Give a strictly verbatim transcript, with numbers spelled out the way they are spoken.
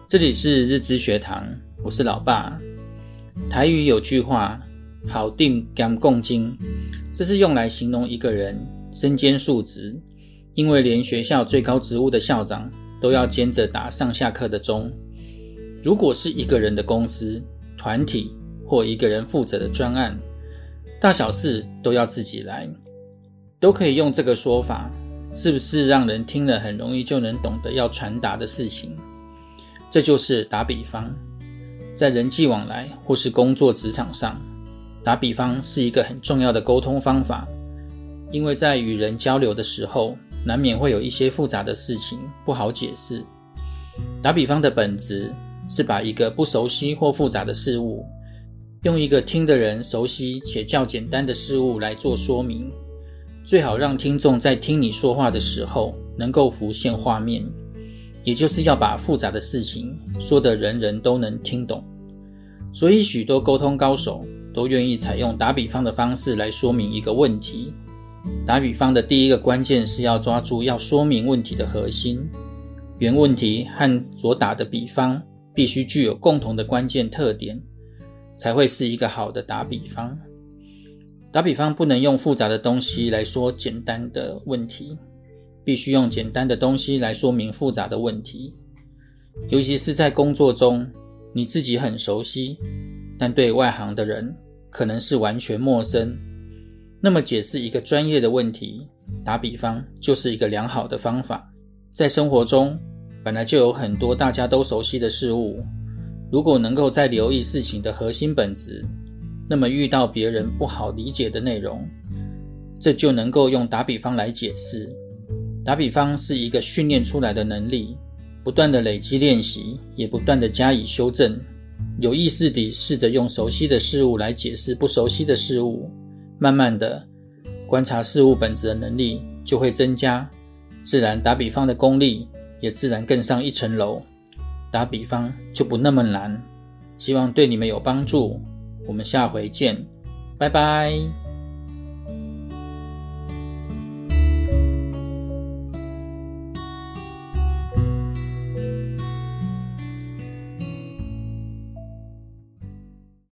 这里是日知学堂，我是老爸。台语有句话，好定甘共金，这是用来形容一个人身兼数职，因为连学校最高职务的校长都要兼着打上下课的钟。如果是一个人的公司、团体或一个人负责的专案，大小事都要自己来，都可以用这个说法，是不是让人听了很容易就能懂得要传达的事情？这就是打比方，在人际往来或是工作职场上，打比方是一个很重要的沟通方法，因为在与人交流的时候，难免会有一些复杂的事情不好解释。打比方的本质是把一个不熟悉或复杂的事物，用一个听的人熟悉且较简单的事物来做说明，最好让听众在听你说话的时候能够浮现画面，也就是要把复杂的事情说得人人都能听懂。所以许多沟通高手都愿意采用打比方的方式来说明一个问题。打比方的第一个关键是要抓住要说明问题的核心，原问题和所打的比方必须具有共同的关键特点，才会是一个好的打比方。打比方不能用复杂的东西来说简单的问题，必须用简单的东西来说明复杂的问题。尤其是在工作中，你自己很熟悉，但对外行的人可能是完全陌生。那么解释一个专业的问题，打比方就是一个良好的方法。在生活中，本来就有很多大家都熟悉的事物，如果能够再留意事情的核心本质，那么遇到别人不好理解的内容，这就能够用打比方来解释。打比方是一个训练出来的能力，不断的累积练习，也不断的加以修正，有意识地试着用熟悉的事物来解释不熟悉的事物，慢慢的观察事物本质的能力就会增加，自然打比方的功力也自然更上一层楼，打比方就不那么难。希望对你们有帮助，我们下回见，拜拜。